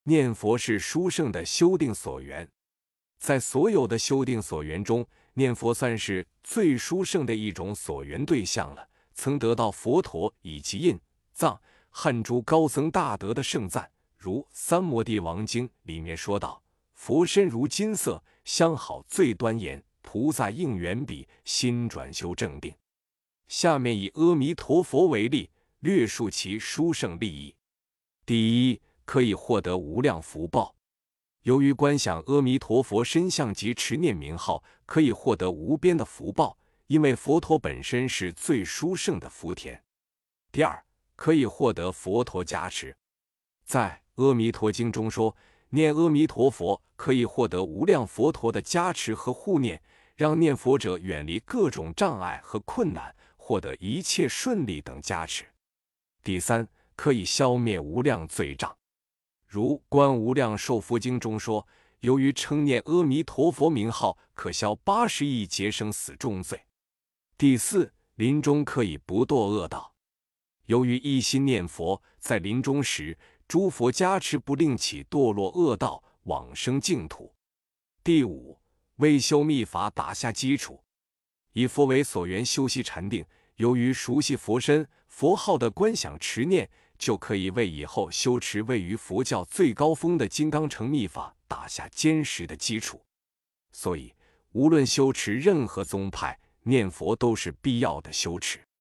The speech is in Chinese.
念佛是殊胜的修定所缘，在所有的修定所缘中，念佛算是最殊胜的一种所缘对象了。曾得到佛陀以及印、藏、汉诸高僧大德的盛赞，如《三摩地王经》里面说道：“佛身如金色，相好最端严，菩萨应缘彼，心转修正定。”下面以阿弥陀佛为例，略述其殊胜利益。第一，可以获得无量福报。由于观想阿弥陀佛身相及持念名号，可以获得无边的福报，因为佛陀本身是最殊胜的福田。第二，可以获得佛陀加持。在《阿弥陀经》中说，念阿弥陀佛可以获得无量佛陀的加持和护念，让念佛者远离各种障碍和困难，获得一切顺利等加持。第三，可以消灭无量罪障。如《观无量寿佛经》中说，由于称念阿弥陀佛名号，可消80亿劫生死重罪。第四，临终可以不堕恶道。由于一心念佛，在临终时，诸佛加持不令其堕落恶道，往生净土。第五，为修密法打下基础。以佛为所缘修习禅定，由于熟悉佛身、佛号的观想持念，就可以为以后修持位于佛教最高峰的金刚乘密法打下坚实的基础。所以，无论修持任何宗派，念佛都是必要的修持。